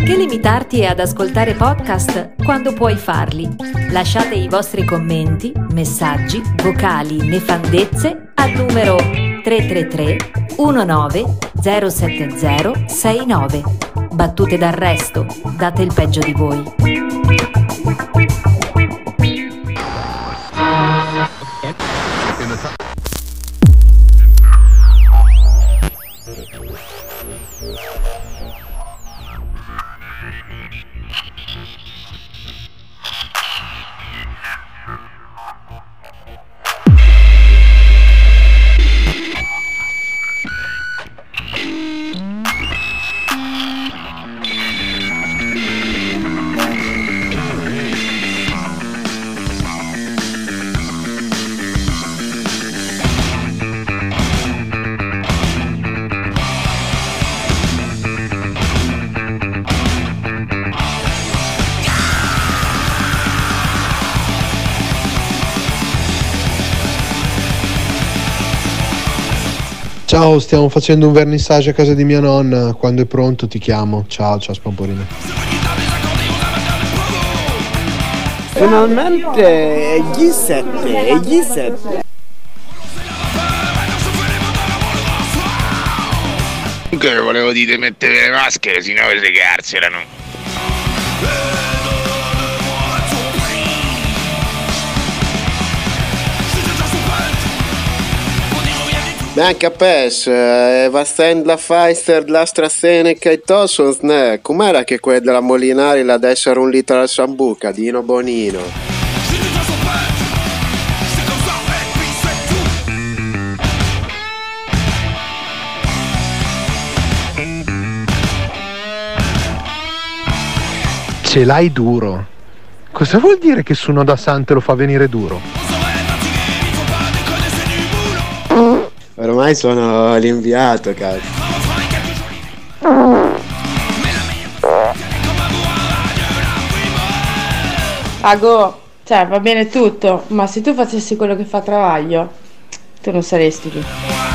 Perché limitarti ad ascoltare podcast quando puoi farli? Lasciate i vostri commenti, messaggi, vocali, nefandezze al numero 333 19 070 69. Battute d'arresto, date il peggio di voi. Ciao, stiamo facendo un vernissage a casa di mia nonna. Quando è pronto ti chiamo. Ciao Spamporino. Finalmente gli sette. Comunque volevo dire mettere le maschere, sennò le carcerano. Men capes, vastend la Pfizer, l'AstraZeneca e Tossons, ne? Com'era che quella della Molinari la dessero un litro al Sambuca, Dino Bonino? Ce l'hai duro. Cosa vuol dire che su Noda Sante lo fa venire duro? Ormai sono l'inviato, cazzo. Ago, cioè va bene tutto, ma se tu facessi quello che fa Travaglio, tu non saresti lì.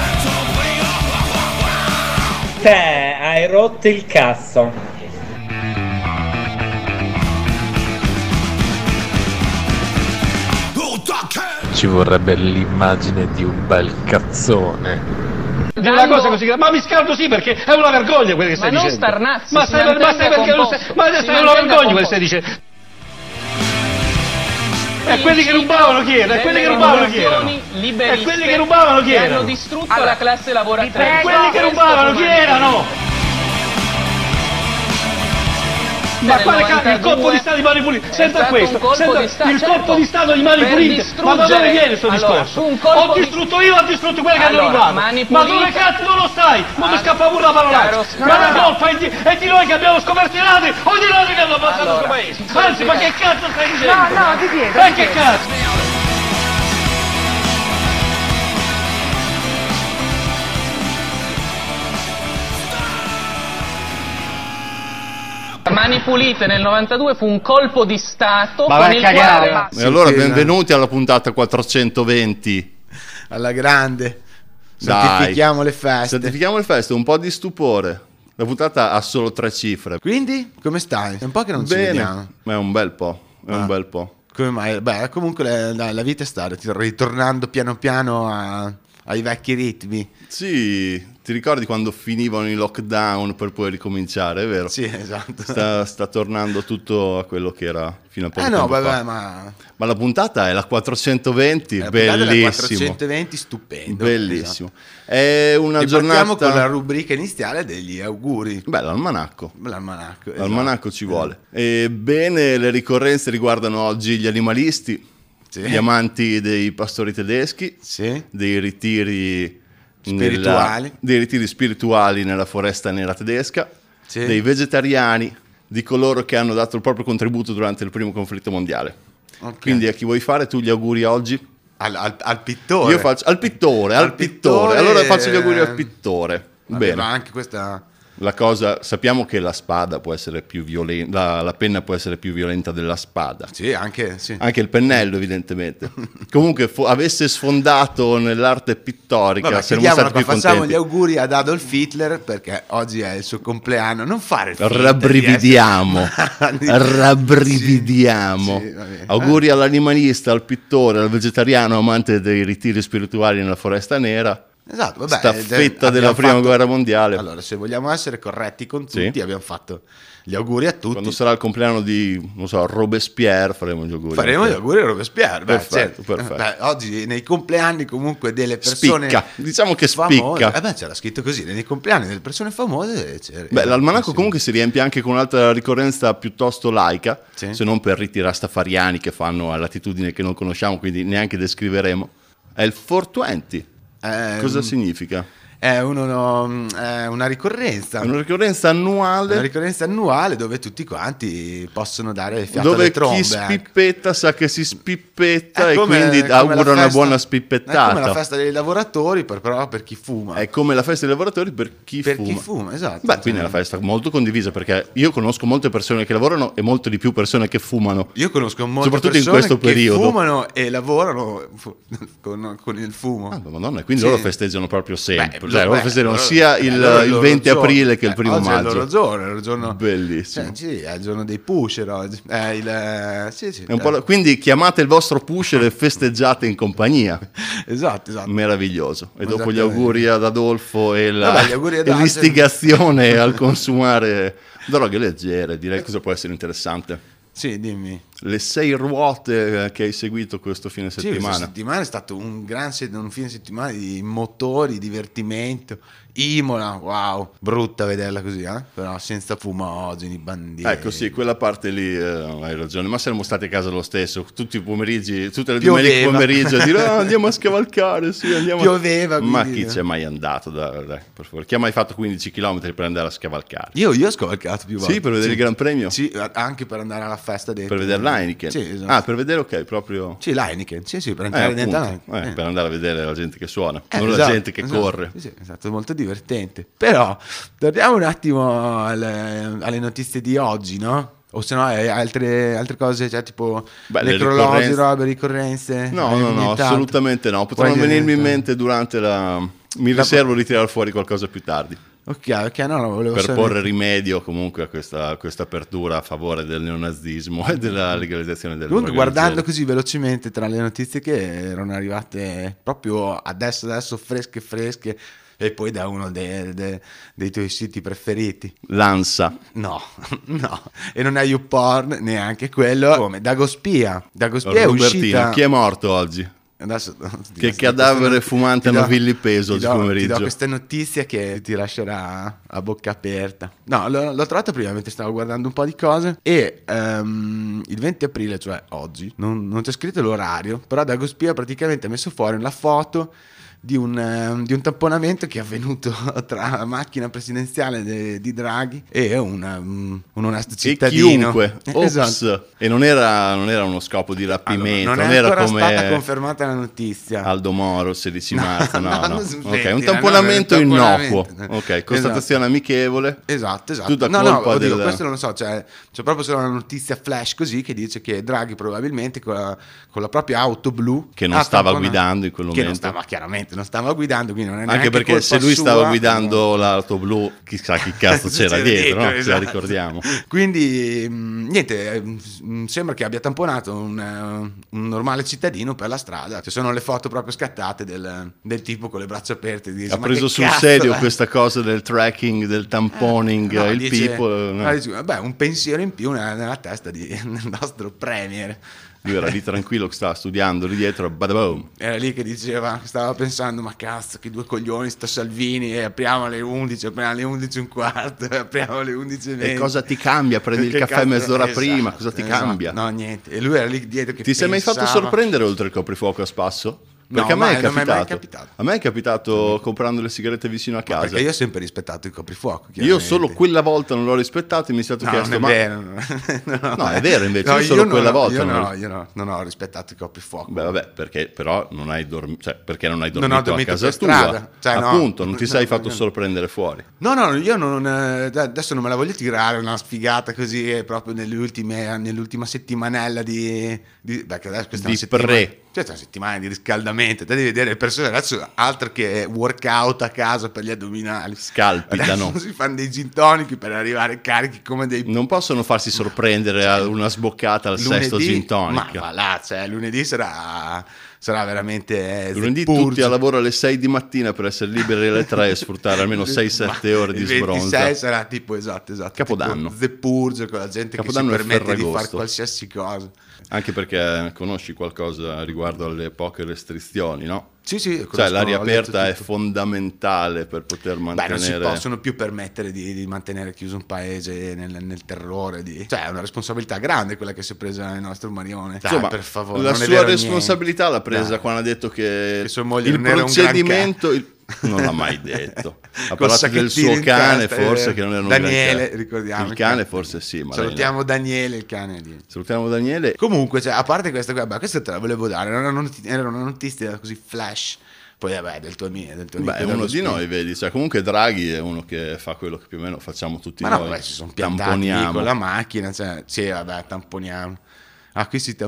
Te hai rotto il cazzo. Ci vorrebbe l'immagine di un bel cazzone. Di una cosa così grave, ma mi scaldo sì perché è una vergogna quello che stai dicendo. Ma non starnazzi, ma stai perché non stai, ma è una vergogna quello che stai dicendo. E quelli che rubavano chi erano? E quelli che rubavano chi erano? E quelli che rubavano chi erano? Hanno distrutto la classe lavoratrice. E quelli che rubavano chi erano? Ma quale cazzo? Il colpo di Stato di Mani Pulite? Senta questo, il colpo di Stato di Mani Pulite. Ma da dove viene questo discorso? Ho distrutto io, ho distrutto quelli che hanno rubato. Ma dove cazzo lo stai? Non mi scappa pure la parola. Ma la colpa è di noi che abbiamo scoperto i ladri o di noi che hanno ammazzato questo paese? Anzi, ma che cazzo stai dicendo? No, di dietro. E che cazzo? Mani Pulite nel 92 fu un colpo di Stato Ma con il quale... E allora benvenuti alla puntata 420. Alla grande. Dai. Santifichiamo le feste. Santifichiamo le feste, un po' di stupore. La puntata ha solo 3 cifre. Quindi, come stai? È un po' che non ci vediamo. Ma è un bel po', un bel po'. Come mai? Beh, comunque la vita sta ritornando piano piano ai vecchi ritmi. Sì, ti ricordi quando finivano i lockdown per poi ricominciare, è vero? Sì, esatto. Sta tornando tutto a quello che era fino a poco no, tempo vabbè, fa. Ma la puntata è la 420, bellissimo. La 420, stupendo. Bellissimo. Esatto. È una giornata... Partiamo con la rubrica iniziale degli auguri. Beh, l'almanacco. Esatto. L'almanacco ci vuole. Ebbene, le ricorrenze riguardano oggi gli animalisti, sì. Gli amanti dei pastori tedeschi, sì. Dei ritiri spirituali. Dei ritiri spirituali nella foresta nera tedesca, sì. Dei vegetariani, di coloro che hanno dato il proprio contributo durante il primo conflitto mondiale. Okay. Quindi a chi vuoi fare tu gli auguri oggi? Al pittore. Io faccio al pittore. Allora faccio gli auguri al pittore. Vabbè, Bene. ma anche questa la cosa, sappiamo che la spada può essere più violenta, la penna può essere più violenta della spada. Sì, anche il pennello evidentemente. Comunque avesse sfondato nell'arte pittorica, vabbè, saremmo stati più facciamo contenti. gli auguri ad Adolf Hitler perché oggi è il suo compleanno. Non fare finta Rabbrividiamo. Sì, auguri all'animalista, al pittore, al vegetariano amante dei ritiri spirituali nella Foresta Nera. Esatto, vabbè, staffetta della prima guerra mondiale. Allora, se vogliamo essere corretti con tutti, abbiamo fatto gli auguri a tutti. Quando sarà il compleanno di, non so, Robespierre, faremo gli auguri. Faremo gli auguri a Robespierre. Perfetto. Beh, oggi nei compleanni comunque delle persone spicca. Diciamo che famose, spicca. c'era scritto così, nei compleanni delle persone famose. L'almanacco comunque si riempie anche con un'altra ricorrenza piuttosto laica, se non per riti rastafariani che fanno a latitudine che non conosciamo, quindi neanche descriveremo. È il 420. Cosa significa? È una ricorrenza. Una ricorrenza annuale. Una ricorrenza annuale dove tutti quanti possono dare fiato dove alle trombe. Chi spippetta sa che si spippetta È e come- quindi come augura la una festa- buona spippettata. È come la festa dei lavoratori, però per chi fuma. È come la festa dei lavoratori per chi Per fuma. chi fuma, esatto. Beh, quindi è una festa molto condivisa perché io conosco molte persone che lavorano e molte di più persone che fumano. Io conosco molte soprattutto persone in questo che periodo. fumano e lavorano con il fumo. Madonna, quindi Sì. loro festeggiano proprio sempre. Beh, Loro festeggiano sia il 20 aprile che il 1 oggi maggio. È il loro giorno. Bellissimo. Sì, è il giorno dei pusher oggi. Sì. È un po' quindi chiamate il vostro pusher e festeggiate in compagnia. Esatto. Meraviglioso. E dopo gli auguri ad Adolfo e Vabbè, gli auguri ad e Adolfo. l'istigazione al consumare droghe leggere, direi cosa può essere interessante. Sì, dimmi. Le 6 ruote che hai seguito questo fine Sì, settimana. questa settimana è stato un fine settimana di motori, divertimento. Imola, wow, brutta vederla così, però senza fumogeni, bandiere. Ecco sì, quella parte lì hai ragione, ma saremmo stati a casa lo stesso, tutti i pomeriggi, tutte le Pioveva. domeniche pomeriggio a dire andiamo a scavalcare, sì, andiamo. Pioveva, Ma quindi, chi c'è mai andato? Dai, per favore. Chi ha mai fatto 15 km per andare a scavalcare? Io ho scavalcato più volte. Sì, per vedere il Gran Premio? Sì, anche per andare alla festa dentro. Per vedere l'Heineken? Sì, esatto. Ah, per vedere, ok, proprio... Sì, l'Heineken, sì, per entrare dentro appunto. l'Heineken. Per andare a vedere la gente che suona, non Esatto, la gente che corre. Sì, è stato molto divertente. Però, torniamo un attimo alle notizie di oggi, no? O se no altre cose, cioè tipo necrologi, robe, ricorrenze? No, assolutamente no. Potranno venirmi in mente durante la... Mi riservo di tirare fuori qualcosa più tardi. Ok, no, volevo per sapere. porre rimedio comunque a questa apertura a favore del neonazismo e della legalizzazione del Comunque guardando così velocemente tra le notizie che erano arrivate proprio adesso fresche e poi da uno dei tuoi siti preferiti, l'ANSA. No, e non è YouPorn neanche quello, come Dagospia è uscita. Chi è morto oggi? Adesso, che cadavere fumante hanno Villipeso oggi pomeriggio. Ti do questa notizia che ti lascerà a bocca aperta. No, l'ho trovata prima mentre stavo guardando un po' di cose e il 20 aprile, cioè oggi, non c'è scritto l'orario, però Dagospia praticamente ha messo fuori una foto di un tamponamento che è avvenuto tra la macchina presidenziale di Draghi e un onesto cittadino. E chiunque. Esatto. E non era uno scopo di rapimento, allora, non è ancora stata confermata la notizia. Aldo Moro, 16 marzo, no. Ok, un tamponamento innocuo. Ok, constatazione amichevole. Esatto. Tutta colpa questo non lo so, c'è proprio solo una notizia flash così che dice che Draghi probabilmente con la propria auto blu che non stava guidando in quel momento. Non stava guidando, quindi non è anche perché se lui stava guidando l'auto blu, chissà chi cazzo c'era dietro, no? Esatto. Se la ricordiamo. Quindi niente, sembra che abbia tamponato un normale cittadino per la strada. Ci sono le foto proprio scattate del tipo con le braccia aperte. Dice, ha preso sul serio questa cosa del tracking, del tamponing, people. Un pensiero in più nella testa del nostro premier. Lui era lì tranquillo che stava studiando lì dietro, badaboom. Era lì che stava pensando, ma cazzo, che due coglioni sta Salvini, e apriamo alle 11, apriamo alle 11:15, apriamo alle 11:20. E cosa ti cambia? Prendi il caffè mezz'ora prima, cosa ti cambia? No, niente. E lui era lì dietro che ti sei mai fatto sorprendere oltre il coprifuoco a spasso? Perché No, a me è non mi è mai capitato. capitato. A me è capitato comprando le sigarette vicino a casa. Perché io ho sempre rispettato il coprifuoco. Io chiaramente. solo quella volta non l'ho rispettato e mi è stato No, chiesto non è vero. No, è vero invece, No, io solo non quella ho- volta io non- non ho rispettato il coprifuoco. Beh, vabbè, perché però non hai dormito, cioè, perché non hai Non ho dormito a dormito casa per tua. strada. Cioè, no. Appunto, non ti sei No, fatto no. sorprendere fuori. No, io non. Adesso non me la voglio tirare una sfigata così proprio nell'ultima settimanella perché adesso questa è Di una settimana. pre. Cioè, è una settimana di riscaldamento. Te devi vedere le persone adesso, altro che workout a casa per gli addominali. Scalpitano. Adesso si fanno dei gin tonic per arrivare carichi come dei. Non possono farsi sorprendere a una sboccata al sesto gin tonic. Ma va là, cioè, lunedì sarà veramente. Lunedì The Purge. tutti a lavoro alle 6 di mattina per essere liberi alle 3 e sfruttare almeno 6-7 ore di il 26 sbronza. sarà tipo esatto Capodanno. tipo The Purge, con la gente Capodanno che è si permette di Ferragosto. fare qualsiasi cosa. Anche perché conosci qualcosa riguardo alle poche restrizioni, no? Sì, Cioè conosco, l'aria ho letto aperta è tutto. fondamentale per poter Beh, mantenere... non si possono più permettere di mantenere chiuso un paese nel terrore. Cioè, è una responsabilità grande quella che si è presa il nostro Marione. Dai, Insomma, per favore, la non è sua vero responsabilità niente. l'ha presa Dai. quando ha detto che sua moglie il non era un procedimento... Non l'ha mai detto. Ha Col parlato del sacchettino suo in cane, testa, forse, che non era un Daniele, granché. ricordiamo. Il cane forse sì, ma lei no. Salutiamo Daniele, il cane di... Salutiamo Daniele. Comunque, cioè, a parte questa qua, questa te la volevo dare, era una notizia così flash. Poi vabbè, del tuo amico. Beh, è uno di noi, vedi, cioè, comunque Draghi è uno che fa quello che più o meno facciamo tutti Ma noi. no, vabbè, si sono piantati lì Tamponiamo. con la macchina, cioè, sì, vabbè, tamponiamo. Ah, qui si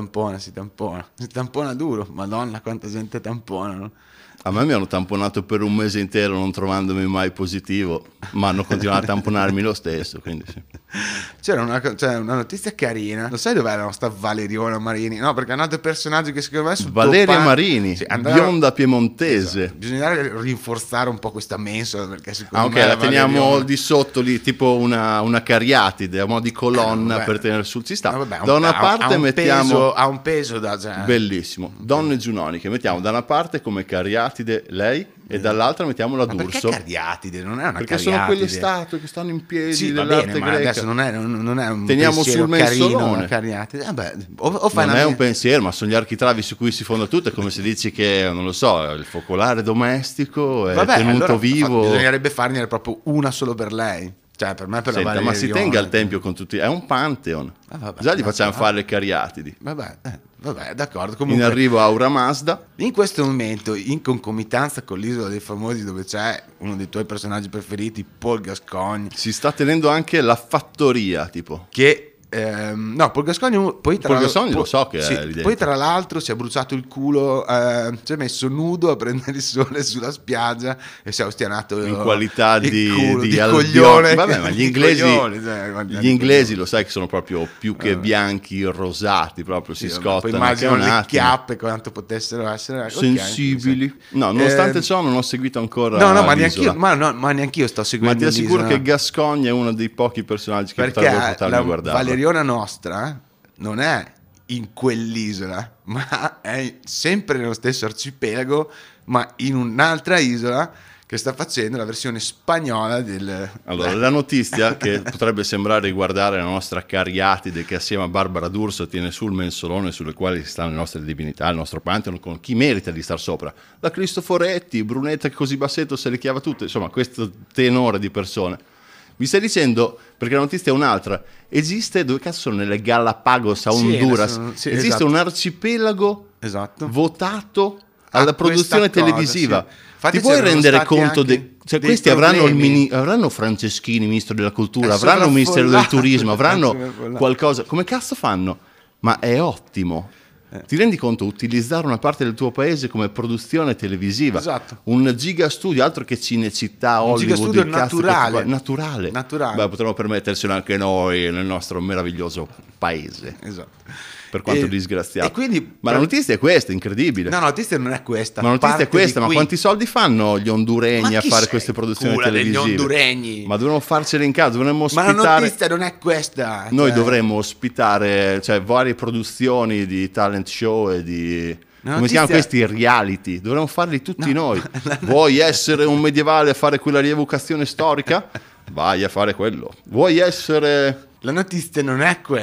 tampona duro, madonna quanta gente tamponano. A me mi hanno tamponato per un mese intero non trovandomi mai positivo, ma hanno continuato a tamponarmi lo stesso, quindi sì. C'era una notizia carina. Lo sai dov'è la nostra Valeriona Marini? No, perché è un altro personaggio che secondo me Valeria Marini, bionda piemontese. Esatto. Bisognerebbe rinforzare un po' questa mensola, perché secondo me La teniamo Valeriona... di sotto lì, tipo una cariatide a mo' di colonna vabbè. Per tenere sul ci sta. Vabbè, da una parte mettiamo ha un peso da bellissimo, donne giunoniche, mettiamo da una parte come cariatide lei e dall'altra mettiamo la Perché D'Urso. cariatide? Non è una perché cariatide. sono quelle statue che stanno in piedi Sì, va dell'arte bene, ma greca. adesso non è un teniamo pensiero sul mensolone. carino, una cariatide. Vabbè, o fai Non una è un pensiero, ma sono gli architravi su cui si fonda tutto. È come se dici che, non lo so, il focolare domestico è Vabbè, tenuto allora vivo. bisognerebbe farne proprio una solo per lei. Cioè, per me, per Senta, la ma si Valeriona. tenga al tempio con tutti. È un pantheon. vabbè, Già gli facciamo vabbè. fare le cariatidi. Vabbè, d'accordo. In Comunque, arrivo Aura Mazda. in questo momento, in concomitanza con l'Isola dei Famosi, dove c'è uno dei tuoi personaggi preferiti, Paul Gascoigne, Si sta tenendo anche la fattoria, tipo. che no, Paul Gascoigne poi tra Paul Gascoigne lo so che sì, è lì dentro. poi tra l'altro si è bruciato il culo, si è messo nudo a prendere il sole sulla spiaggia e si è ostianato In qualità il di culo, di albione. coglione. Vabbè, ma gli Di inglesi, coglione, cioè, guarda, gli di inglesi lo sai che sono proprio più che bianchi, rosati, proprio si Sì, vabbè, poi scottano. immagino anche un le attimo. chiappe quanto potessero essere ok, Sensibili. sì. No, nonostante ciò non ho seguito ancora ma l'isola. ma neanch'io sto Ma seguendo ti assicuro l'isola. che Gascogne è uno dei pochi personaggi che Perché potrebbero portarmi la a guardare. Valeriona nostra non è in quell'isola, ma è sempre nello stesso arcipelago, ma in un'altra isola che sta facendo la versione spagnola del... Allora, la notizia che potrebbe sembrare riguardare la nostra Cariatide, che assieme a Barbara D'Urso tiene sul mensolone sulle quali stanno le nostre divinità, il nostro pantheon, con chi merita di star sopra. La Cristoforetti, Brunetta che così bassetto se le chiava tutte, insomma questo tenore di persone. Vi stai dicendo, perché la notizia è un'altra, esiste, dove cazzo sono, nelle Galapagos a Honduras, sì, esiste esatto. un arcipelago Esatto. votato alla A produzione questa cosa, televisiva. sì. Infatti Ti puoi c'erano rendere stati conto anche cioè dei questi problemi. avranno Franceschini, ministro della cultura, È avranno un ministero del sovraffollato. turismo, avranno Sovraffollato. qualcosa. Come cazzo fanno? Ma è ottimo. Ti rendi conto? Utilizzare una parte del tuo paese come produzione televisiva, Esatto. un giga studio, altro che Cinecittà, Un Hollywood, gigastudio il cazzo che naturale. ti- naturale. Naturale. Beh, potremmo permetterselo anche noi nel nostro meraviglioso paese, Esatto. per quanto E- disgraziato. e quindi- ma la notizia è questa, incredibile. No, la notizia non è questa. Ma la notizia è parte questa, di ma qui. quanti soldi fanno gli honduregni Ma a chi fare sei? queste produzioni Cura degli televisive? honduregni. Ma dovremmo farcele in casa, dovremmo Ma la ospitare. notizia non è questa. Noi cioè, dovremmo ospitare, cioè, varie produzioni di talent show e di... La Come si notizia- chiamano questi reality? Dovremmo farli tutti noi. Vuoi essere un medievale a fare quella rievocazione storica? Vai a fare quello. Vuoi essere... La notizia non è quella.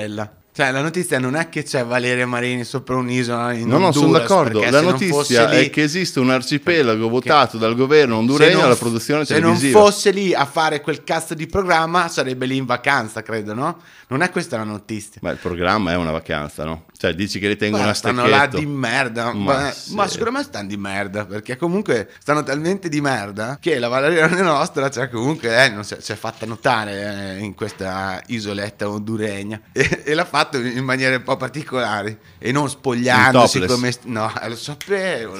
Cioè, la notizia non è che c'è Valeria Marini sopra un'isola in No, sono Honduras, d'accordo. perché La se non notizia fosse lì- è che esiste un arcipelago votato dal governo honduregno alla produzione televisiva. Se non fosse lì a fare quel cazzo di programma, sarebbe lì in vacanza, credo, no? Non è questa la notizia. Ma il programma è una vacanza, no? Cioè, dici che li tengono a Stanno stacchetto. là di merda. Ma secondo me stanno di merda, perché comunque stanno talmente di merda che la Valeria nostra, cioè comunque non si è fatta notare in questa isoletta honduregna e l'ha fatto in maniere un po' particolari e non spogliandosi come... No, lo sapevo.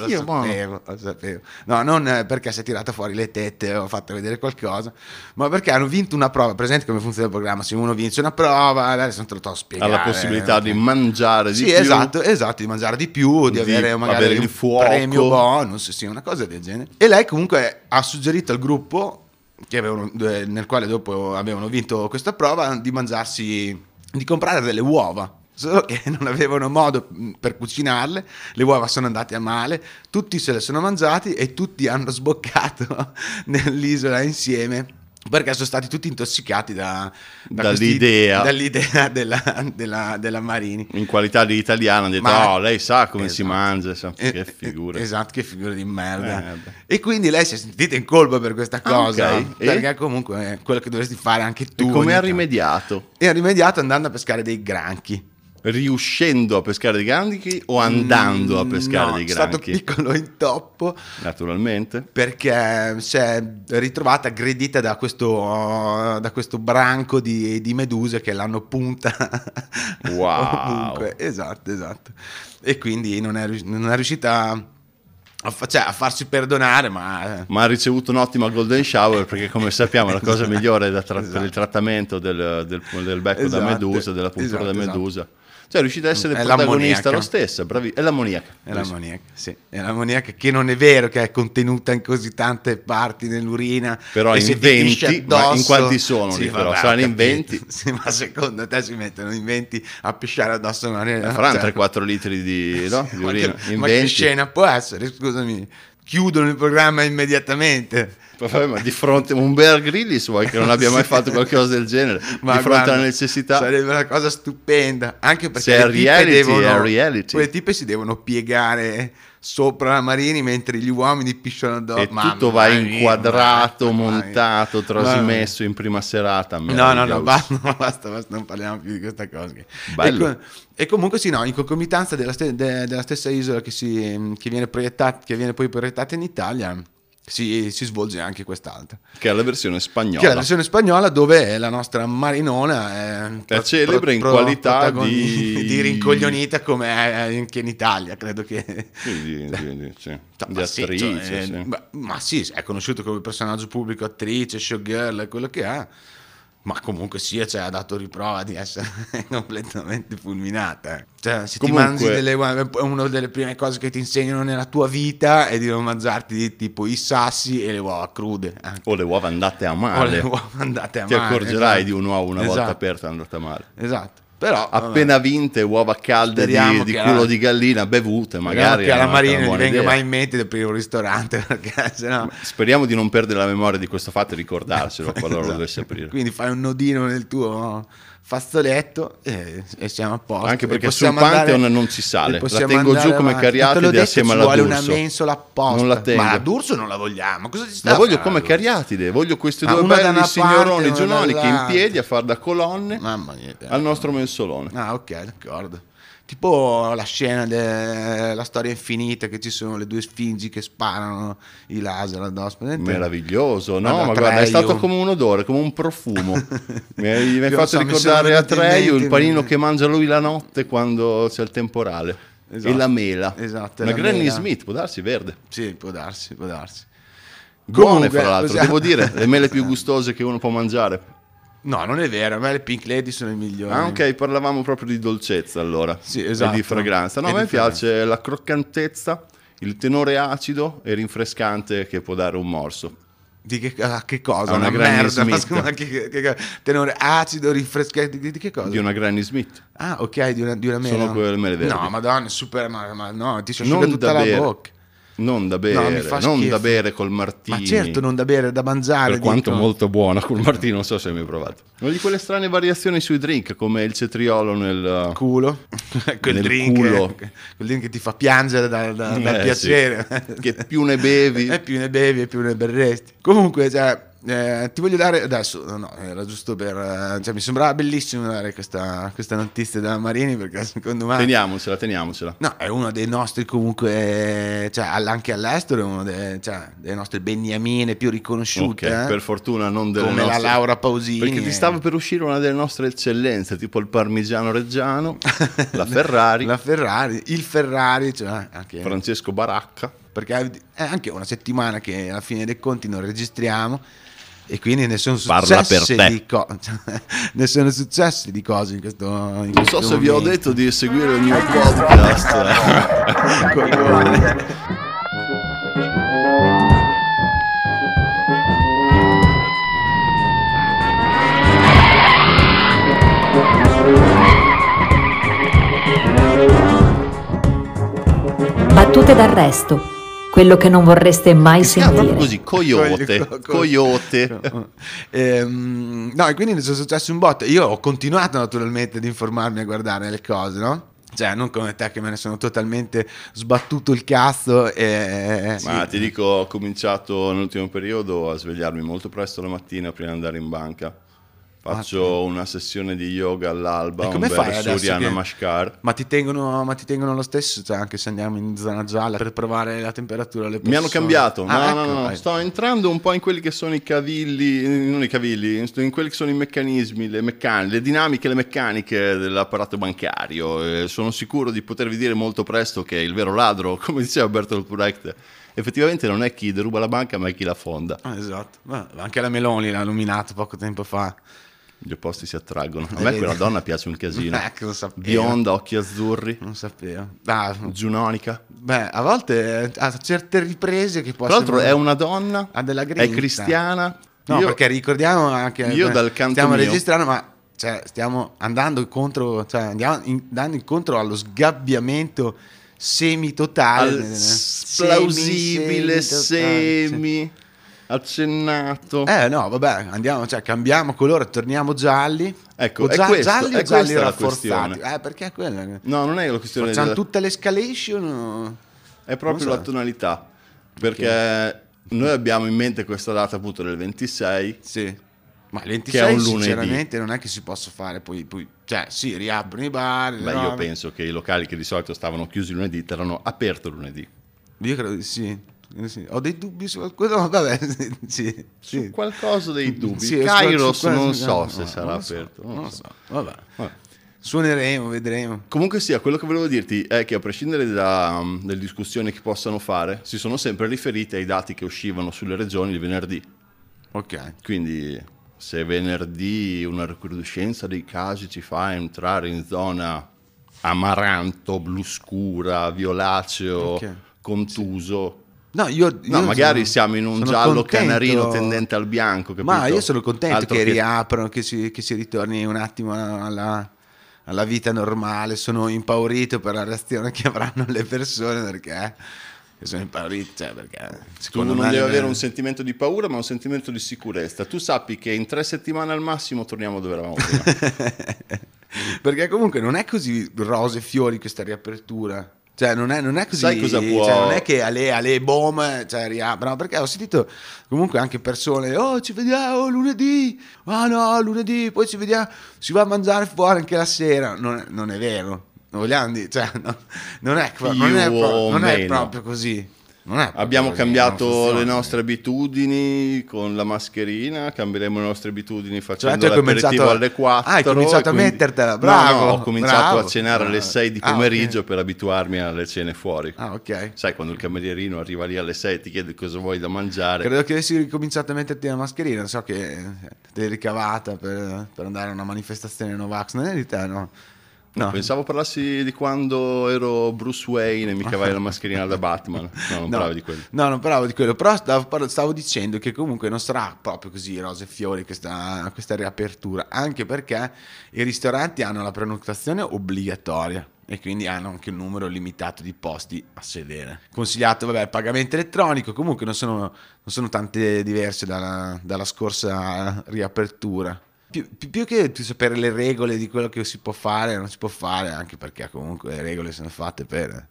No, non perché si è tirata fuori le tette o ha fatto vedere qualcosa, ma perché hanno vinto una prova. Presente come funziona il programma? Se uno vince una prova, adesso te lo spiegare. Ha la possibilità di mangiare di più. Esatto, di mangiare di più, di avere magari il un fuoco, premio bonus, sì, una cosa del genere. E lei comunque ha suggerito al gruppo nel quale dopo avevano vinto questa prova di comprare delle uova. Solo che non avevano modo per cucinarle, le uova sono andate a male, tutti se le sono mangiati e tutti hanno sboccato nell'isola insieme. Perché sono stati tutti intossicati dall'idea della Marini. In qualità di italiano hanno detto lei sa come si mangia, che figura. Esatto, che figura di merda. E quindi lei si è sentita in colpa per questa cosa, perché comunque è quello che dovresti fare anche tu. E come ha rimediato? E ha rimediato andando a pescare dei granchi. Riuscendo a pescare dei granchi o andando a pescare dei granchi? È stato piccolo intoppo. Naturalmente. Perché si è ritrovata aggredita da questo branco di meduse che l'hanno punta. Wow. Ovunque. Esatto. E quindi non è riuscita a farsi perdonare, ma ha ricevuto un'ottima golden shower, perché come sappiamo la cosa migliore per il trattamento del becco da medusa, della puntura da medusa. Cioè è riuscita a essere protagonista lo stesso, è l'ammoniaca. È l'ammoniaca, sì. È l'ammoniaca, che non è vero che è contenuta in così tante parti nell'urina. Però in 20, ma in quanti sono lì però? Saranno in 20? Sì, ma secondo te si mettono in 20 a pisciare addosso a faranno 3-4 litri di urina in 20? Ma che scena può essere? Scusami, chiudono il programma immediatamente. Ma di fronte a un Bear Grylls, vuoi che non abbia mai fatto qualcosa del genere? Ma di fronte alla necessità, sarebbe una cosa stupenda, anche perché se è reality, quelle tipe si devono piegare sopra la Marini mentre gli uomini pisciano addosso e tutto va inquadrato, montato, trasmesso in prima serata. No, basta, non parliamo più di questa cosa. E comunque sì, in concomitanza della stessa isola che viene poi proiettata in Italia, si svolge anche quest'altra, che è la versione spagnola, dove la nostra Marinona è celebre in qualità di rincoglionita come è anche in Italia, credo che di attrice, ma sì, è conosciuto come personaggio pubblico, attrice, showgirl, quello che ha. Ma comunque ha dato riprova di essere completamente fulminata. Cioè, se comunque, ti mangi una delle prime cose che ti insegnano nella tua vita è di non mangiarti tipo i sassi e le uova crude. O le uova andate a male. Ti accorgerai di un uovo una volta aperta andata a male. Esatto. Però, appena vinte uova calde di culo di gallina bevute, magari che alla Marina non venga mai in mente di aprire un ristorante, perché sennò... Speriamo di non perdere la memoria di questo fatto e ricordarselo qualora lo dovesse aprire. Quindi fai un nodino nel tuo fazzoletto e siamo a posto. Anche perché sul Pantheon non si sale, la tengo giù come Cariatide assieme alla D'Urso. Ci vuole una mensola apposta. Non la tengo. Ma la D'Urso non la vogliamo. Cosa ci sta? La voglio come Cariatide, voglio questi due belli signoroni giunoniche in piedi a far da colonne al nostro mensolone. Ah, ok, d'accordo. Tipo la scena della storia infinita, che ci sono le due sfingi che sparano i laser addosso. Meraviglioso, no? Ma guarda, è stato come un odore, come un profumo. mi hai fatto ricordare Atreyu, il panino che mangia lui la notte quando c'è il temporale. E la mela. Esatto. La Granny Smith, può darsi verde. Sì, può darsi. Buone, fra l'altro, devo dire, le mele più gustose che uno può mangiare. No, non è vero, a me le Pink Lady sono i migliori. Ah, ok, parlavamo proprio di dolcezza allora. Sì, esatto. E di fragranza. No, a me piace la croccantezza, il tenore acido e rinfrescante che può dare un morso. Di che cosa? Una Granny Smith. Ma che tenore acido, rinfrescante, di che cosa? Di una Granny Smith. Ah, ok, di una mela. Sono quelle mele verdi. No, madonna, super, ma no, ti si asciuga tutta la bocca. Non da bere, mi fa non schifo. da bere col martini. Ma certo, non da bere, da mangiare. Per quanto dico. molto buona col martini, non so se hai mai provato. Una di quelle strane variazioni sui drink, come il cetriolo nel culo. Quel nel drink, culo. quel drink che ti fa piangere dal piacere. Sì. Che più ne bevi e più ne bevi e più ne berresti. Comunque, cioè, ti voglio dare adesso, no, era giusto per, cioè, mi sembrava bellissimo dare questa notizia della Marini, perché secondo me teniamocela. No, è uno dei nostri comunque, cioè anche all'estero è uno delle nostre beniamine più riconosciute. Okay, per fortuna non delle come nostre, la Laura Pausini. Perché ti stava per uscire una delle nostre eccellenze, tipo il parmigiano reggiano, la Ferrari, il Ferrari, cioè anche Francesco Baracca. Perché è anche una settimana che alla fine dei conti non registriamo. E quindi ne sono Parla successe per te. ne sono successe di cose in questo non so se vi ho detto di seguire il mio podcast. Battute d'arresto. Quello che non vorreste mai sentire. Così, coyote. No, e quindi ne sono successi un botto. Io ho continuato naturalmente ad informarmi, a guardare le cose, no? Cioè, non come te che me ne sono totalmente sbattuto il cazzo. Ma ti dico, ho cominciato nell'ultimo periodo a svegliarmi molto presto la mattina prima di andare in banca. Faccio una sessione di yoga all'alba, come un fai bel adesso Surya che- Namaskar. Ma ti tengono lo stesso, cioè anche se andiamo in zona gialla per provare la temperatura alle persone. Mi hanno cambiato, no, ecco. sto entrando un po' in quelli che sono i cavilli, non i cavilli, in quelli che sono i meccanismi, le dinamiche, le meccaniche dell'apparato bancario. Sono sicuro di potervi dire molto presto che il vero ladro, come diceva Bertolt Brecht, effettivamente non è chi deruba la banca, ma è chi la fonda. Esatto. Ma anche la Meloni l'ha nominato poco tempo fa. Gli opposti si attraggono. A me quella donna piace un casino. Non sapevo. Bionda, occhi azzurri. Non sapevo. Giunonica. Beh, a volte a certe riprese che può Tra l'altro sembrare- è una donna, ha della è grinta. cristiana. No, Io- perché ricordiamo anche io dal canto stiamo mio- registrando, ma cioè, stiamo andando incontro, cioè andando incontro allo sgabbiamento semitotale, plausibile, semi accennato. no, vabbè, andiamo, cioè cambiamo colore, torniamo gialli. Ecco, O è questo, gialli è o gialli questa la rafforzati. questione. Perché è quella. No, non è la questione Facciamo della- tutta l'escalation. o- È proprio non la so. tonalità. Perché noi abbiamo in mente questa data appunto del 26. Sì. Ma il che 26 è un lunedì. sinceramente non è che si possa fare poi cioè sì, riaprono i bar. Beh, io penso che i locali che di solito stavano chiusi lunedì erano aperti lunedì. Io credo di sì. Sì. Ho dei dubbi su qualcosa, ma vabbè, sì. Su qualcosa dei dubbi. Sì, Kairos su questo- non so no, se no, sarà non lo so, aperto. non lo so. Vabbè. Suoneremo, vedremo. Comunque sia, quello che volevo dirti è che a prescindere dalle discussioni che possano fare, si sono sempre riferiti ai dati che uscivano sulle regioni il venerdì. Ok. Quindi se venerdì una recrudescenza dei casi ci fa entrare in zona amaranto, blu scura, violaceo, Ok. contuso... No, io magari sono- siamo in un sono giallo contento. canarino tendente al bianco, capito? Ma io sono contento Altro che riaprano, che si ritorni un attimo alla vita normale. Sono impaurito per la reazione che avranno le persone, perché sono impaurito, cioè perché Tu secondo non me devi avere un sentimento di paura, ma un sentimento di sicurezza. Tu sappi che in 3 settimane al massimo torniamo dove eravamo prima. perché comunque non è così rose e fiori questa riapertura. Cioè non è così. Sai cosa può- Cioè, non è che alle boom, cioè riaprono, perché ho sentito comunque anche persone, ci vediamo lunedì, no, lunedì, poi ci vediamo, si va a mangiare fuori anche la sera. Non è vero, non vogliamo dire, cioè, non è proprio così. Non è proprio Abbiamo così, cambiato non funziona. le nostre abitudini con la mascherina, cambieremo le nostre abitudini facendo tu hai l'aperitivo cominciato- alle 4. hai cominciato a e quindi- mettertela, bravo, No, ho cominciato bravo. a cenare alle 6 di Ah, pomeriggio ok. per abituarmi alle cene fuori. Ah, ok. Sai, quando il camerierino arriva lì alle 6 ti chiede cosa vuoi da mangiare. Credo che avessi ricominciato a metterti la mascherina, so che ti eri ricavata per andare a una manifestazione Novax, non è di te, no? No. Pensavo parlassi di quando ero Bruce Wayne e mi cavai la mascherina da Batman. No, non parlavi di quello. No, non parlavo di quello, però stavo dicendo che comunque non sarà proprio così rose e fiori questa riapertura, anche perché i ristoranti hanno la prenotazione obbligatoria e quindi hanno anche un numero limitato di posti a sedere. Consigliato, vabbè, il pagamento elettronico, comunque non sono tante diverse dalla scorsa riapertura. Più che sapere le regole di quello che si può fare e non si può fare, anche perché comunque le regole sono fatte per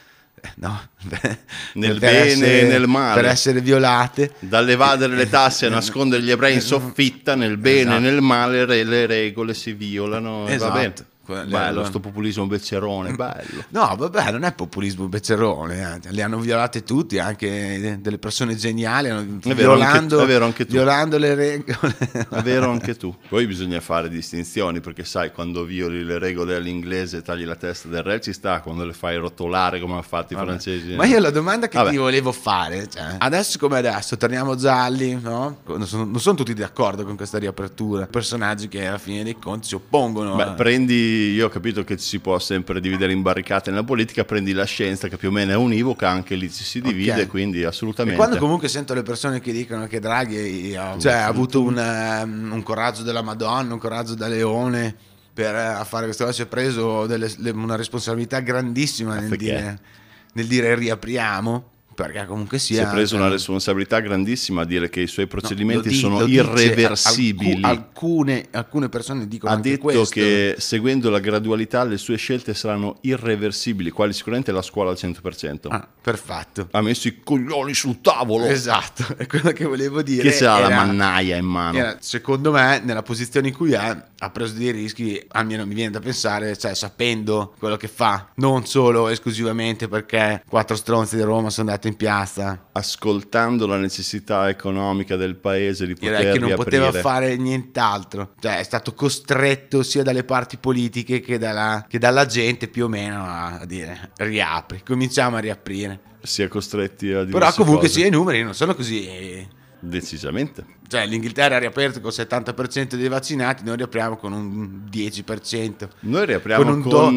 nel bene e nel male, per essere violate, dall'evadere le tasse a nascondere gli ebrei in soffitta, nel bene e nel male le regole si violano. Esatto. Va bene. Bello sto populismo beccerone, bello. No, vabbè, non è populismo beccerone, li hanno violate tutti, anche delle persone geniali, violando le regole. È vero anche tu. Poi bisogna fare distinzioni, perché sai, quando violi le regole all'inglese e tagli la testa del re ci sta, quando le fai rotolare come hanno fatto i francesi. Ma io la domanda che ti volevo fare, cioè, adesso come adesso, torniamo gialli, no? Non sono tutti d'accordo con questa riapertura, personaggi che alla fine dei conti si oppongono. Io ho capito che ci si può sempre dividere in barricate nella politica, prendi la scienza che più o meno è univoca, anche lì ci si divide, quindi assolutamente. E quando comunque sento le persone che dicono che Draghi ha avuto un coraggio della Madonna, un coraggio da leone per fare queste cose, si è preso una responsabilità grandissima nel dire riapriamo. Perché comunque si è preso una responsabilità grandissima a dire che i suoi procedimenti sono irreversibili. Alcune persone dicono ha anche detto questo. Che seguendo la gradualità le sue scelte saranno irreversibili, quali sicuramente la scuola al 100%. Perfetto. Ha messo i coglioni sul tavolo. Esatto, è quello che volevo dire. Che c'ha la mannaia in mano. Secondo me, nella posizione in cui ha preso dei rischi, almeno mi viene da pensare, cioè sapendo quello che fa, non solo esclusivamente perché 4 stronzi di Roma sono andati in piazza, ascoltando la necessità economica del paese di poter direi che non riaprire. Poteva fare nient'altro, cioè è stato costretto sia dalle parti politiche che dalla gente più o meno a dire riapri, cominciamo a riaprire. Si è costretti a dire. Però comunque sì, i numeri non sono così. Decisamente. Cioè l'Inghilterra ha riaperto con il 70% dei vaccinati, noi riapriamo con un 10%. Noi riapriamo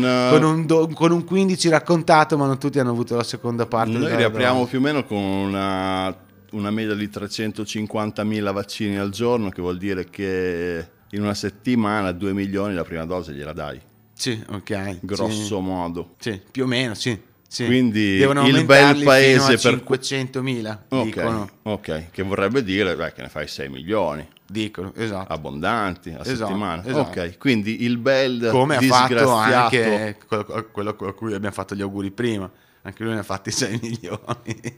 con un 15% raccontato, ma non tutti hanno avuto la seconda parte. Noi riapriamo più o meno con una media di 350.000 vaccini al giorno, che vuol dire che in una settimana 2 milioni la prima dose gliela dai. Sì, ok. Grosso modo. Sì, più o meno, sì. Sì. Quindi devono il bel paese per 500.000 dicono. Ok, che vorrebbe dire che ne fai 6 milioni. Dicono, esatto. Abbondanti a settimana. Esatto. Ok, quindi il bel come disgraziato, ha fatto anche quello a cui abbiamo fatto gli auguri prima. Anche lui ne ha fatti 6 milioni.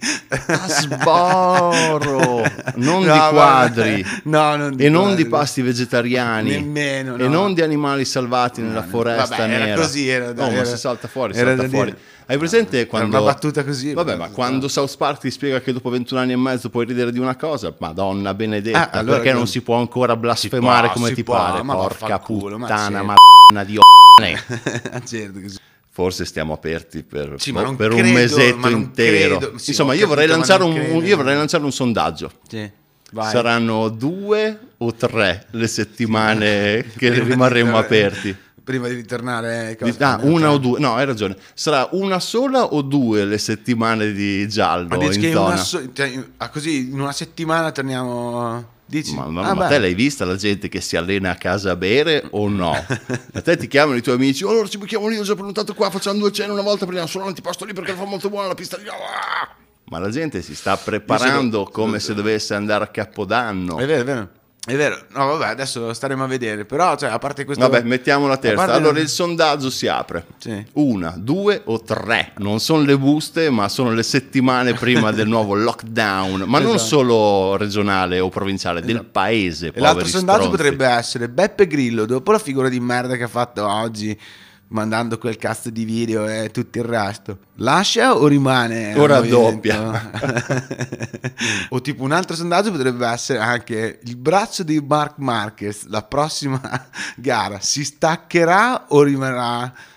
Sboro, non di quadri, non di pasti vegetariani, nemmeno, e non di animali salvati nella foresta nera. Era così, ma se salta fuori, salta fuori. Hai presente quando una battuta così? Quando South Park ti spiega che dopo 21 anni e mezzo puoi ridere di una cosa, Madonna benedetta, allora perché non si può ancora blasfemare come ti pare? Ma porca puttana, ma di certo che sì. Forse stiamo aperti per un un mesetto intero. Insomma, io vorrei lanciare un sondaggio. Sì, saranno 2 o 3 le settimane che rimarremo aperti? Prima di ritornare una o due, no, hai ragione, sarà una sola o 2 le settimane di giallo in zona? Così in una settimana torniamo. Dici? Ma te l'hai vista la gente che si allena a casa a bere o no? A te ti chiamano i tuoi amici, allora ci becchiamo lì, ho già prenotato qua, facciamo 2 cene una volta, prendiamo solo l'antipasto lì perché fa molto buona la pista lì. Ma la gente si sta preparando come se dovesse andare a Capodanno. È vero. È vero, no vabbè, adesso staremo a vedere, però cioè, a parte questo... Vabbè, mettiamo la terza, allora il sondaggio si apre, 1, 2 o 3, non sono le buste ma sono le settimane prima del nuovo lockdown, ma non solo regionale o provinciale, del paese. E l'altro sondaggio potrebbe essere Beppe Grillo, dopo la figura di merda che ha fatto oggi, mandando quel cazzo di video e tutto il resto, lascia o rimane? O raddoppia? O tipo un altro sondaggio potrebbe essere anche il braccio di Marc Marquez, la prossima gara si staccherà o rimarrà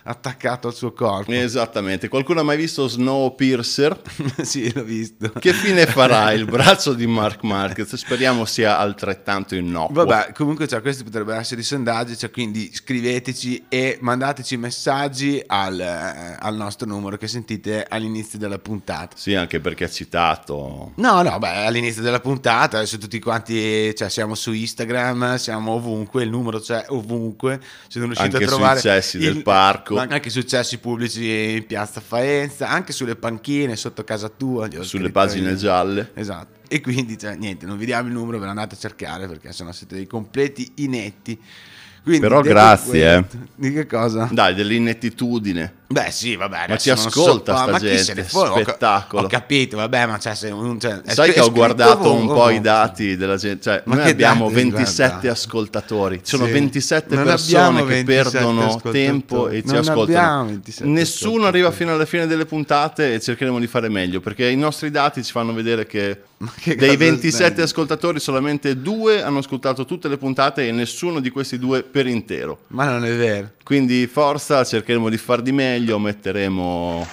attaccato al suo corpo. Esattamente. Qualcuno ha mai visto Snowpiercer? Sì, l'ho visto. Che fine farà il braccio di Mark Marquez? Speriamo sia altrettanto innocuo. Vabbè, comunque questi potrebbero essere i sondaggi, quindi scriveteci e mandateci messaggi al nostro numero che sentite all'inizio della puntata. Sì, anche perché ha citato... No, all'inizio della puntata, adesso tutti quanti, siamo su Instagram, siamo ovunque, il numero c'è ovunque, se non riuscite anche a trovare... sui cessi del parco. Anche sui cessi pubblici in Piazza Faenza, anche sulle panchine sotto casa tua. Sulle pagine gialle. Esatto. E quindi, niente, non vi diamo il numero, ve lo andate a cercare perché sennò siete dei completi inetti. Quindi, però grazie. Di che cosa? Dai, dell'inettitudine. Beh, sì, vabbè. Ma ci ascolta sta gente, spettacolo. Ho capito, vabbè, ma sai che ho guardato un po' i dati della gente. Noi abbiamo 27 ascoltatori. Ci sono 27 persone che perdono tempo e ci ascoltano. Nessuno arriva fino alla fine delle puntate e cercheremo di fare meglio, perché i nostri dati ci fanno vedere che dei 27 ascoltatori solamente 2 hanno ascoltato tutte le puntate e nessuno di questi 2 per intero. Ma non è vero. Quindi forza, cercheremo di far di meglio, metteremo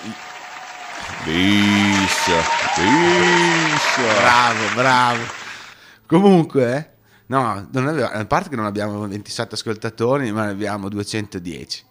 bis. Bravo. Comunque, no, a parte che non abbiamo 27 ascoltatori, ma ne abbiamo 210.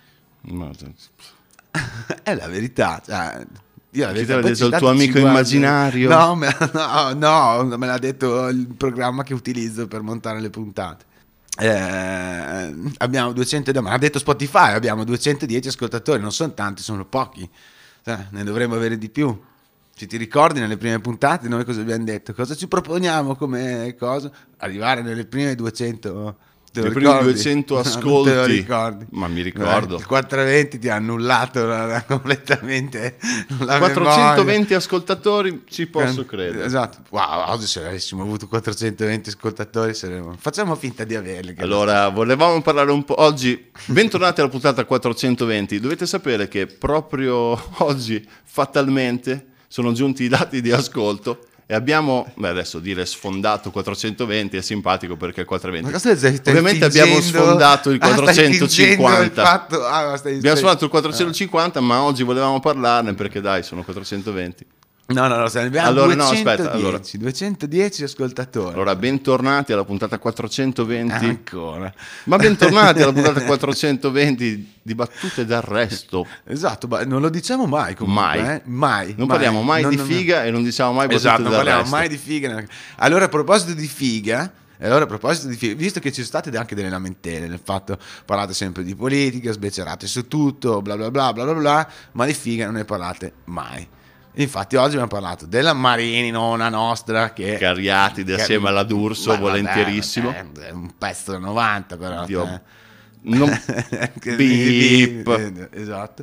È la verità, io chi te l'ha detto, il tuo amico immaginario? No, me l'ha detto il programma che utilizzo per montare le puntate. Abbiamo 200, ma ha detto Spotify, abbiamo 210 ascoltatori, non sono tanti, sono pochi, ne dovremmo avere di più. Se ti ricordi, nelle prime puntate noi cosa abbiamo detto? Cosa ci proponiamo come cosa? Arrivare nelle prime 200. I primi 200 ascolti. Non te lo ricordi? Ma mi ricordo. Il 420 ti ha annullato completamente la 420 memoria. Ascoltatori, ci posso credere. Esatto. Wow, oggi se avessimo avuto 420 ascoltatori facciamo finta di averli. Allora, volevamo parlare un po' oggi. Bentornati alla puntata 420. Dovete sapere che proprio oggi, fatalmente, sono giunti i dati di ascolto. E abbiamo, adesso dire sfondato 420 è simpatico perché il 420. Ovviamente abbiamo sfondato il 450. Abbiamo sfondato il 450, ma oggi volevamo parlarne perché dai, sono 420. No, abbiamo allora, 210 ascoltatori. Allora, bentornati alla puntata 420. Ancora. Ma bentornati alla puntata 420 di battute d'arresto. Esatto, ma non lo diciamo mai comunque. Mai. Non parliamo mai di figa e non diciamo mai battute d'arresto. Non parliamo mai di figa. Allora, a proposito di figa, visto che ci sono state anche delle lamentele nel fatto parlate sempre di politica, sbecerate su tutto, bla bla bla bla bla bla, ma di figa non ne parlate mai. Infatti oggi abbiamo parlato della Marini, nonna nostra, che Cariatide assieme alla D'Urso, volentierissimo. È un pezzo del 90 però. Beep. Esatto.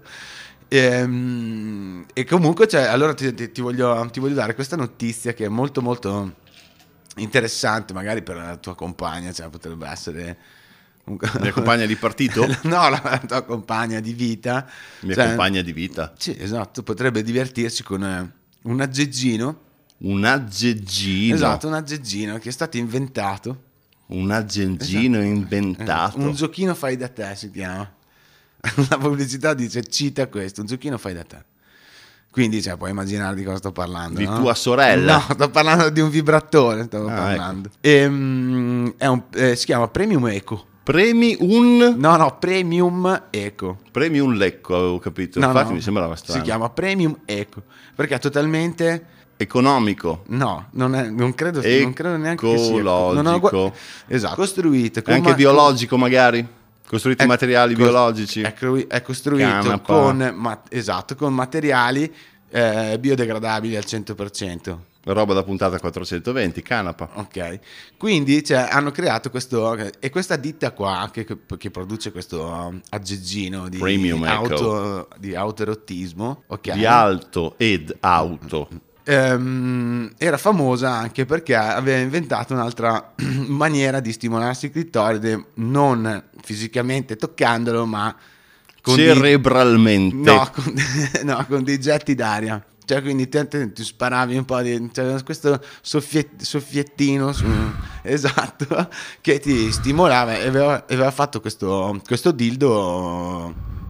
E comunque allora ti voglio dare questa notizia che è molto molto interessante, magari per la tua compagna, potrebbe essere... Mia compagna di partito? No, la tua compagna di vita. Mia compagna di vita. Sì, esatto, potrebbe divertirsi con un aggeggino. Un aggeggino? Esatto, un aggeggino che è stato inventato. Un aggeggino inventato? Un giochino fai da te si chiama. La pubblicità dice, cita questo, un giochino fai da te. Quindi puoi immaginare di cosa sto parlando. Di tua sorella? No, sto parlando di un vibratore, parlando. Ecco. Si chiama Premium Eco. No, Premium Eco. Premium Lecco, avevo capito. Infatti mi sembrava strano. Si chiama Premium Eco perché è totalmente economico. No, non credo neanche che sia ecologico. Esatto. Costruito con anche biologico magari. Costruito in materiali biologici. È costruito con materiali biodegradabili al 100%. Roba da puntata 420, canapa. Ok, quindi hanno creato questo, e questa ditta qua che produce questo aggeggino di autoerotismo, okay, di alto ed auto, era famosa anche perché aveva inventato un'altra maniera di stimolarsi il clitoride, non fisicamente toccandolo, ma cerebralmente. Con dei getti d'aria. Quindi ti sparavi un po' di questo soffiettino esatto, che ti stimolava, e aveva fatto questo dildo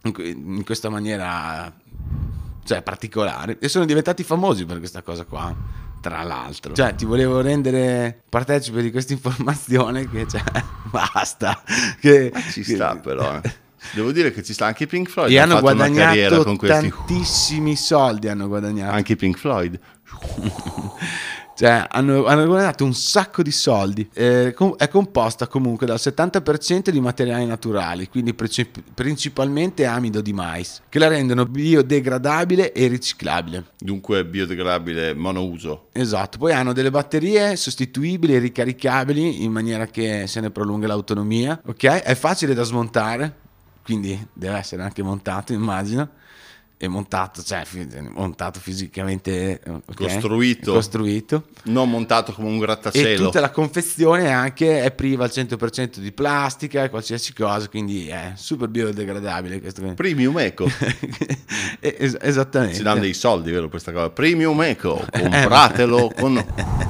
in questa maniera, cioè, particolare, e sono diventati famosi per questa cosa qua, tra l'altro. Cioè, ti volevo rendere partecipe di questa informazione che, cioè, basta. Ci sta però. Devo dire che ci sta anche Pink Floyd. E hanno fatto una carriera guadagnato con questi... tantissimi soldi, hanno guadagnato. Anche Pink Floyd. Cioè, hanno guadagnato un sacco di soldi. È composta comunque dal 70% di materiali naturali, quindi principalmente amido di mais, che la rendono biodegradabile e riciclabile. Dunque biodegradabile monouso. Esatto. Poi hanno delle batterie sostituibili e ricaricabili in maniera che se ne prolunga l'autonomia. Ok? È facile da smontare, quindi deve essere anche montato, immagino. È montato, cioè montato fisicamente, okay? Costruito, non montato come un grattacielo. E tutta la confezione anche è priva al 100% di plastica e qualsiasi cosa, quindi è super biodegradabile questo. Premium Eco. Esattamente. Si danno dei soldi, vero, per questa cosa. Premium Eco, compratelo con...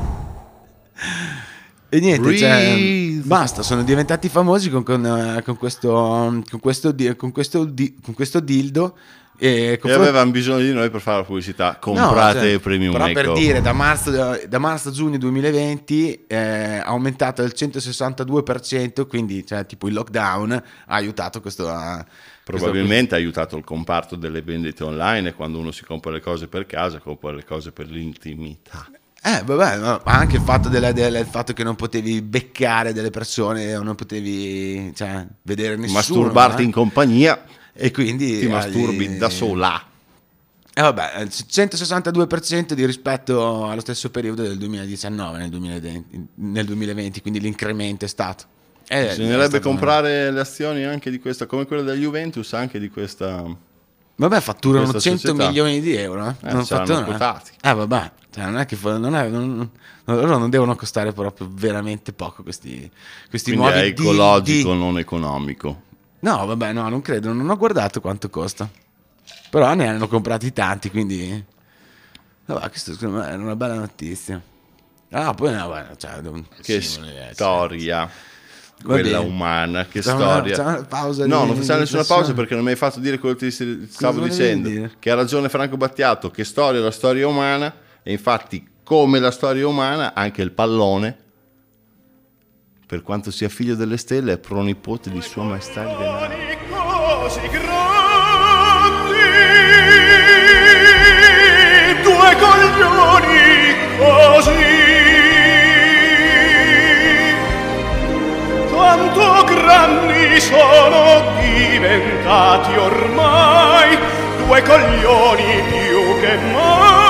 E niente, cioè, basta, sono diventati famosi con questo dildo. E avevano bisogno di noi per fare la pubblicità. Comprate Premium però Eco. Per dire, da marzo a giugno 2020 è aumentato del 162%, quindi, cioè, tipo il lockdown ha aiutato questo. Probabilmente ha aiutato il comparto delle vendite online, e quando uno si compra le cose per casa, compra le cose per l'intimità. Vabbè, ma anche il fatto, il fatto che non potevi beccare delle persone, o non potevi, cioè, vedere nessuno. Masturbarti in compagnia. E quindi ti masturbi da sola. E vabbè, il 162% di rispetto allo stesso periodo del 2019 nel 2020, quindi l'incremento è stato. Bisognerebbe comprare le azioni anche di questa, come quella della Juventus, anche di questa. Vabbè, fatturano questa 100 società. milioni di euro. Non saranno quotati. Vabbè, cioè, non è che loro non devono costare proprio veramente poco questi Quindi nuovi è ecologico, non economico. No, vabbè, no, non credo, non ho guardato quanto costa. Però ne hanno comprati tanti, quindi vabbè, questo secondo me è una bella notizia. Poi cioè, che storia quella umana, che storia. Facciamo una pausa. No, non facciamo nessuna pausa perché non mi hai fatto dire quello che ti stavo dicendo. Che ha ragione Franco Battiato, che storia è la storia umana, e infatti come la storia umana anche il pallone, per quanto sia figlio delle stelle, è pronipote di Sua Maestà il denaro. Così grandi, due coglioni così, tanto grandi sono diventati ormai, due coglioni più che mai.